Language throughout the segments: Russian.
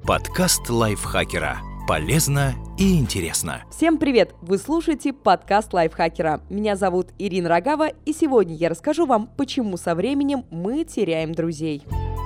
Подкаст лайфхакера. Полезно и интересно. Всем привет! Вы слушаете подкаст лайфхакера. Меня зовут Ирина Рогава, и сегодня я расскажу вам, почему со временем мы теряем друзей.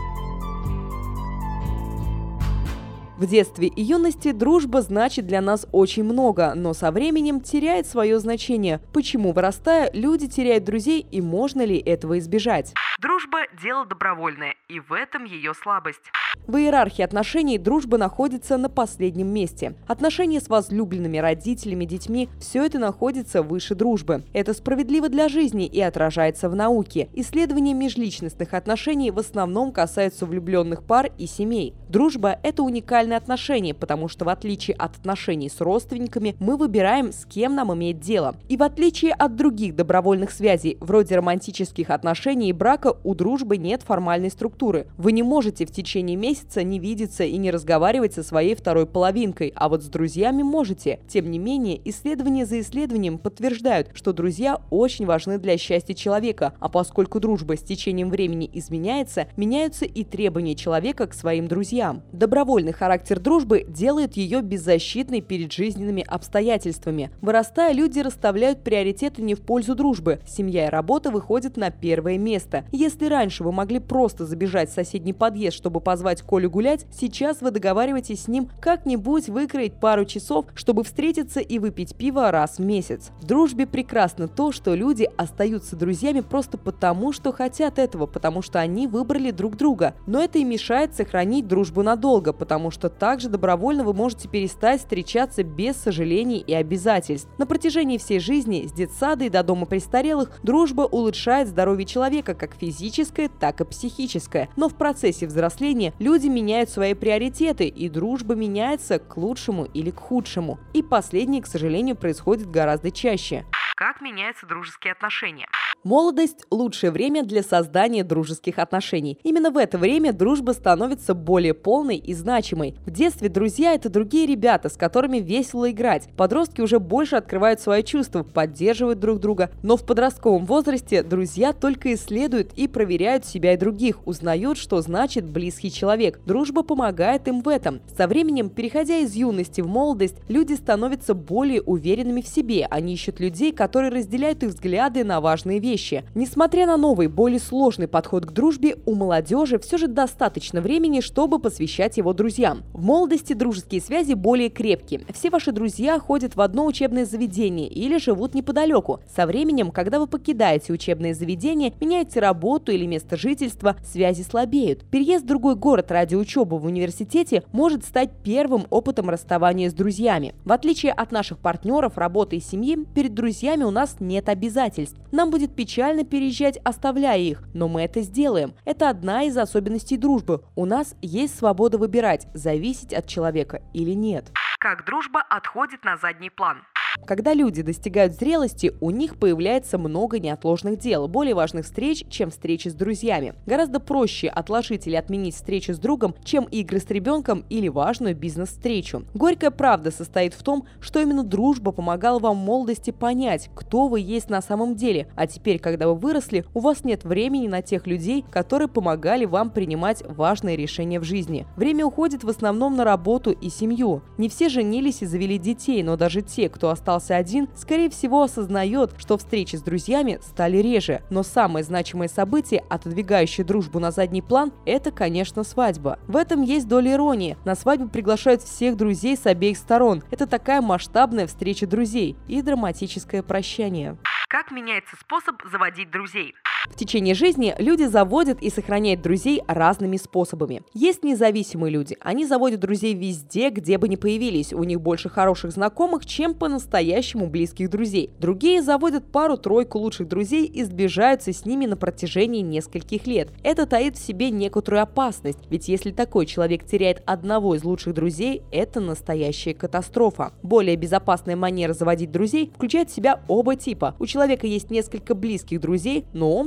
В детстве и юности дружба значит для нас очень много, но со временем теряет свое значение. Почему, вырастая, люди теряют друзей и можно ли этого избежать? Дружба – дело добровольное, и в этом ее слабость. В иерархии отношений дружба находится на последнем месте. Отношения с возлюбленными, родителями, детьми – все это находится выше дружбы. Это справедливо для жизни и отражается в науке. Исследования межличностных отношений в основном касаются влюбленных пар и семей. Дружба – это уникальное отношение, потому что в отличие от отношений с родственниками, мы выбираем, с кем нам иметь дело. И в отличие от других добровольных связей, вроде романтических отношений и брака, у дружбы нет формальной структуры. Вы не можете в течение месяца не видеться и не разговаривать со своей второй половинкой, а вот с друзьями можете. Тем не менее, исследования за исследованием подтверждают, что друзья очень важны для счастья человека, а поскольку дружба с течением времени изменяется, меняются и требования человека к своим друзьям. Добровольный характер дружбы делает ее беззащитной перед жизненными обстоятельствами. Вырастая, люди расставляют приоритеты не в пользу дружбы. Семья и работа выходят на первое место. Если раньше вы могли просто забежать в соседний подъезд, чтобы позвать Колю гулять, сейчас вы договариваетесь с ним как-нибудь выкроить пару часов, чтобы встретиться и выпить пиво раз в месяц. В дружбе прекрасно то, что люди остаются друзьями просто потому, что хотят этого, потому что они выбрали друг друга. Но это и мешает сохранить дружбу надолго, потому что также добровольно вы можете перестать встречаться без сожалений и обязательств. На протяжении всей жизни, с детсада и до дома престарелых, дружба улучшает здоровье человека как физическое, так и психическое. Но в процессе взросления люди меняют свои приоритеты, и дружба меняется к лучшему или к худшему. И последнее, к сожалению, происходит гораздо чаще. Как меняются дружеские отношения? Молодость – лучшее время для создания дружеских отношений. Именно в это время дружба становится более полной и значимой. В детстве друзья – это другие ребята, с которыми весело играть. Подростки уже больше открывают свои чувства, поддерживают друг друга. Но в подростковом возрасте друзья только исследуют и проверяют себя и других, узнают, что значит близкий человек. Дружба помогает им в этом. Со временем, переходя из юности в молодость, люди становятся более уверенными в себе. Они ищут людей, которые разделяют их взгляды на важные вещи. Несмотря на новый, более сложный подход к дружбе, у молодежи все же достаточно времени, чтобы посвящать его друзьям. В молодости дружеские связи более крепкие. Все ваши друзья ходят в одно учебное заведение или живут неподалеку. Со временем, когда вы покидаете учебное заведение, меняете работу или место жительства, связи слабеют. Переезд в другой город ради учебы в университете может стать первым опытом расставания с друзьями. В отличие от наших партнеров, работы и семьи, перед друзьями у нас нет обязательств. Нам будет печально переезжать, оставляя их, но мы это сделаем. Это одна из особенностей дружбы. У нас есть свобода выбирать, зависеть от человека или нет. Как дружба отходит на задний план? Когда люди достигают зрелости, у них появляется много неотложных дел, более важных встреч, чем встречи с друзьями. Гораздо проще отложить или отменить встречу с другом, чем игры с ребенком или важную бизнес-встречу. Горькая правда состоит в том, что именно дружба помогала вам в молодости понять, кто вы есть на самом деле, а теперь, когда вы выросли, у вас нет времени на тех людей, которые помогали вам принимать важные решения в жизни. Время уходит в основном на работу и семью. Не все женились и завели детей, но даже те, кто остался один, скорее всего осознает, что встречи с друзьями стали реже. Но самое значимое событие, отодвигающее дружбу на задний план, это, конечно, свадьба. В этом есть доля иронии. На свадьбу приглашают всех друзей с обеих сторон. Это такая масштабная встреча друзей и драматическое прощание. Как меняется способ заводить друзей? В течение жизни люди заводят и сохраняют друзей разными способами. Есть независимые люди. Они заводят друзей везде, где бы ни появились. У них больше хороших знакомых, чем по-настоящему близких друзей. Другие заводят пару-тройку лучших друзей и сближаются с ними на протяжении нескольких лет. Это таит в себе некоторую опасность, ведь если такой человек теряет одного из лучших друзей, это настоящая катастрофа. Более безопасная манера заводить друзей включает в себя оба типа. У человека есть несколько близких друзей, но он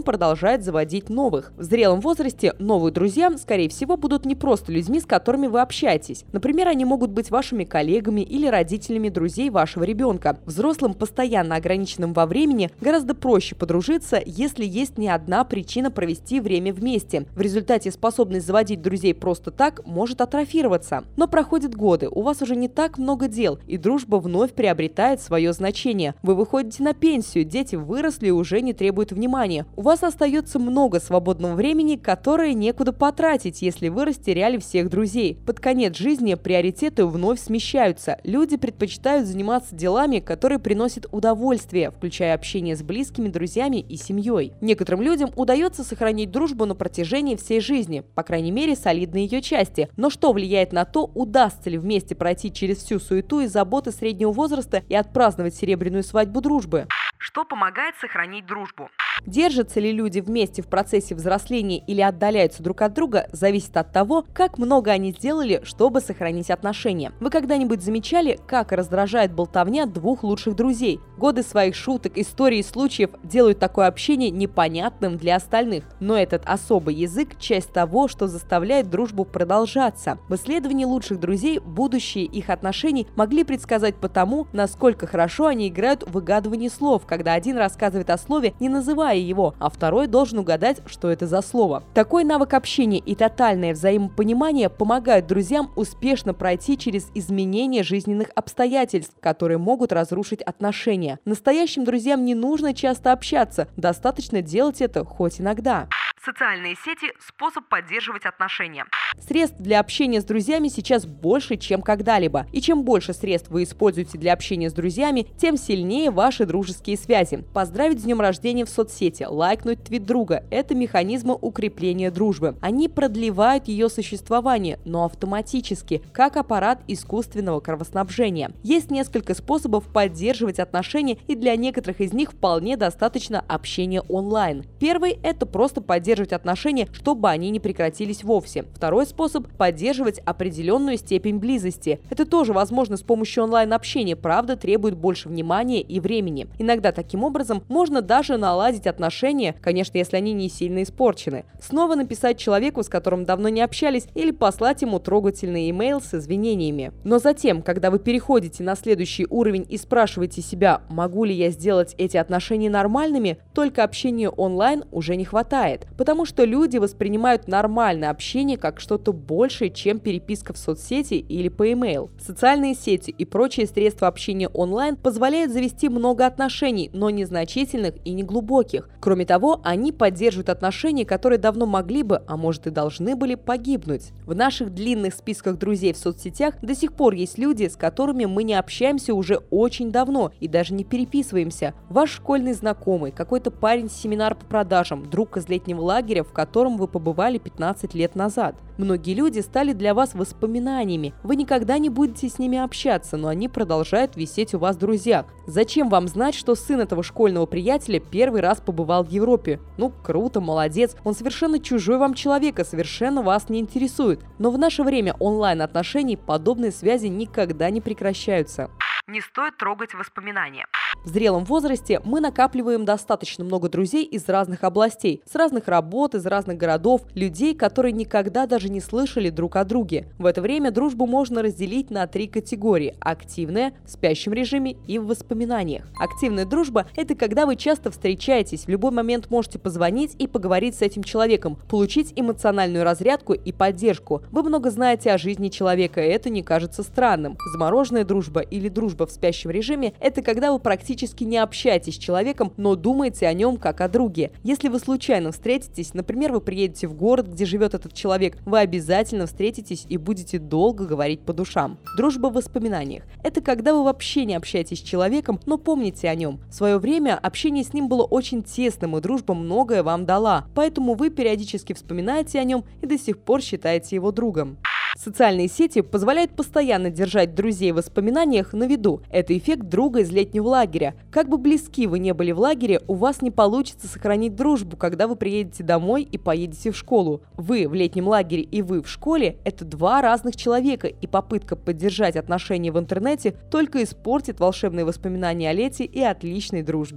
он продолжает заводить новых. В зрелом возрасте новые друзья, скорее всего, будут не просто людьми, с которыми вы общаетесь. Например, они могут быть вашими коллегами или родителями друзей вашего ребенка. Взрослым, постоянно ограниченным во времени, гораздо проще подружиться, если есть не одна причина провести время вместе. В результате способность заводить друзей просто так может атрофироваться. Но проходят годы, у вас уже не так много дел, и дружба вновь приобретает свое значение. Вы выходите на пенсию, дети выросли и уже не требуют внимания. У вас остается много свободного времени, которое некуда потратить, если вы растеряли всех друзей. Под конец жизни приоритеты вновь смещаются. Люди предпочитают заниматься делами, которые приносят удовольствие, включая общение с близкими, друзьями и семьей. Некоторым людям удается сохранить дружбу на протяжении всей жизни, по крайней мере, солидной ее части. Но что влияет на то, удастся ли вместе пройти через всю суету и заботы среднего возраста и отпраздновать серебряную свадьбу дружбы? Что помогает сохранить дружбу? Держатся ли люди вместе в процессе взросления или отдаляются друг от друга, зависит от того, как много они сделали, чтобы сохранить отношения. Вы когда-нибудь замечали, как раздражает болтовня двух лучших друзей? Годы своих шуток, историй и случаев делают такое общение непонятным для остальных. Но этот особый язык – часть того, что заставляет дружбу продолжаться. В исследовании лучших друзей будущее их отношений могли предсказать по тому, насколько хорошо они играют в выгадывание слов, когда один рассказывает о слове, не называя его, а второй должен угадать, что это за слово. Такой навык общения и тотальное взаимопонимание помогают друзьям успешно пройти через изменения жизненных обстоятельств, которые могут разрушить отношения. Настоящим друзьям не нужно часто общаться, достаточно делать это хоть иногда. Социальные сети – способ поддерживать отношения. Средств для общения с друзьями сейчас больше, чем когда-либо. И чем больше средств вы используете для общения с друзьями, тем сильнее ваши дружеские связи. Поздравить с днем рождения в соцсети, лайкнуть твит друга – это механизмы укрепления дружбы. Они продлевают ее существование, но автоматически, как аппарат искусственного кровоснабжения. Есть несколько способов поддерживать отношения, и для некоторых из них вполне достаточно общения онлайн. Первый – это просто поддерживать отношения, чтобы они не прекратились вовсе. Второй способ – поддерживать определенную степень близости. Это тоже возможно с помощью онлайн-общения, правда, требует больше внимания и времени. Иногда таким образом можно даже наладить отношения, конечно, если они не сильно испорчены. Снова написать человеку, с которым давно не общались, или послать ему трогательный имейл с извинениями. Но затем, когда вы переходите на следующий уровень и спрашиваете себя, могу ли я сделать эти отношения нормальными, только общения онлайн уже не хватает. Потому что люди воспринимают нормальное общение как что-то большее, чем переписка в соцсети или по e-mail. Социальные сети и прочие средства общения онлайн позволяют завести много отношений, но незначительных и неглубоких. Кроме того, они поддерживают отношения, которые давно могли бы, а может и должны были погибнуть. В наших длинных списках друзей в соцсетях до сих пор есть люди, с которыми мы не общаемся уже очень давно и даже не переписываемся. Ваш школьный знакомый, какой-то парень с семинара по продажам, друг из летнего лагеря, в котором вы побывали 15 лет назад. Многие люди стали для вас воспоминаниями. Вы никогда не будете с ними общаться, но они продолжают висеть у вас в друзьях. Зачем вам знать, что сын этого школьного приятеля первый раз побывал в Европе? Ну, круто, молодец. Он совершенно чужой вам человек и совершенно вас не интересует. Но в наше время онлайн-отношений подобные связи никогда не прекращаются. Не стоит трогать воспоминания. В зрелом возрасте мы накапливаем достаточно много друзей из разных областей, с разных работ, из разных городов, людей, которые никогда даже не слышали друг о друге. В это время дружбу можно разделить на 3 категории – активная, в спящем режиме и в воспоминаниях. Активная дружба – это когда вы часто встречаетесь, в любой момент можете позвонить и поговорить с этим человеком, получить эмоциональную разрядку и поддержку. Вы много знаете о жизни человека, и это не кажется странным. Замороженная дружба или дружба в спящем режиме – это когда вы практически не общаетесь с человеком, но думаете о нем как о друге. Если вы случайно встретитесь, например, вы приедете в город, где живет этот человек, вы обязательно встретитесь и будете долго говорить по душам. Дружба в воспоминаниях – это когда вы вообще не общаетесь с человеком, но помните о нем. В свое время общение с ним было очень тесным, и дружба многое вам дала, поэтому вы периодически вспоминаете о нем и до сих пор считаете его другом. Социальные сети позволяют постоянно держать друзей в воспоминаниях на виду. Это эффект друга из летнего лагеря. Как бы близки вы не были в лагере, у вас не получится сохранить дружбу, когда вы приедете домой и поедете в школу. Вы в летнем лагере и вы в школе – это 2 разных человека, и попытка поддержать отношения в интернете только испортит волшебные воспоминания о лете и отличной дружбе.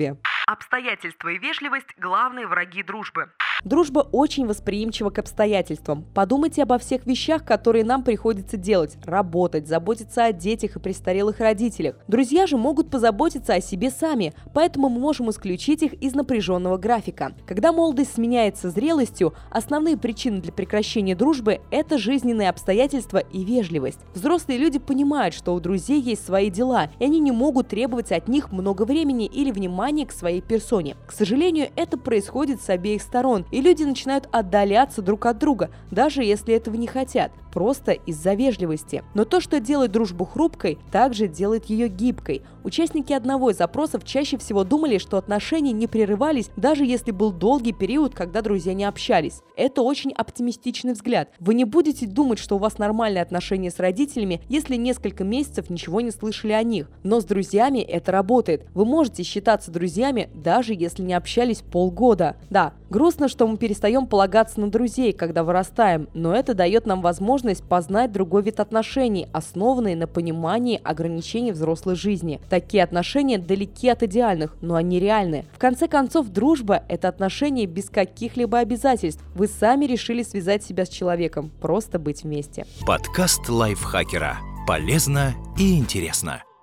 Обстоятельства и вежливость – главные враги дружбы. Дружба очень восприимчива к обстоятельствам. Подумайте обо всех вещах, которые нам приходится делать: работать, заботиться о детях и престарелых родителях. Друзья же могут позаботиться о себе сами, поэтому мы можем исключить их из напряженного графика. Когда молодость сменяется зрелостью, основные причины для прекращения дружбы – это жизненные обстоятельства и вежливость. Взрослые люди понимают, что у друзей есть свои дела, и они не могут требовать от них много времени или внимания к своей персоне. К сожалению, это происходит с обеих сторон, и люди начинают отдаляться друг от друга, даже если этого не хотят, просто из-за вежливости. Но то, что делает дружбу хрупкой, также делает ее гибкой. Участники одного из опросов чаще всего думали, что отношения не прерывались, даже если был долгий период, когда друзья не общались. Это очень оптимистичный взгляд. Вы не будете думать, что у вас нормальные отношения с родителями, если несколько месяцев ничего не слышали о них. Но с друзьями это работает. Вы можете считаться друзьями, даже если не общались полгода. Да, грустно, что мы перестаем полагаться на друзей, когда вырастаем, но это дает нам возможность познать другой вид отношений, основанный на понимании ограничений взрослой жизни. Такие отношения далеки от идеальных, но они реальны. В конце концов, дружба – это отношения без каких-либо обязательств. Вы сами решили связать себя с человеком, просто быть вместе. Подкаст лайфхакера. Полезно и интересно.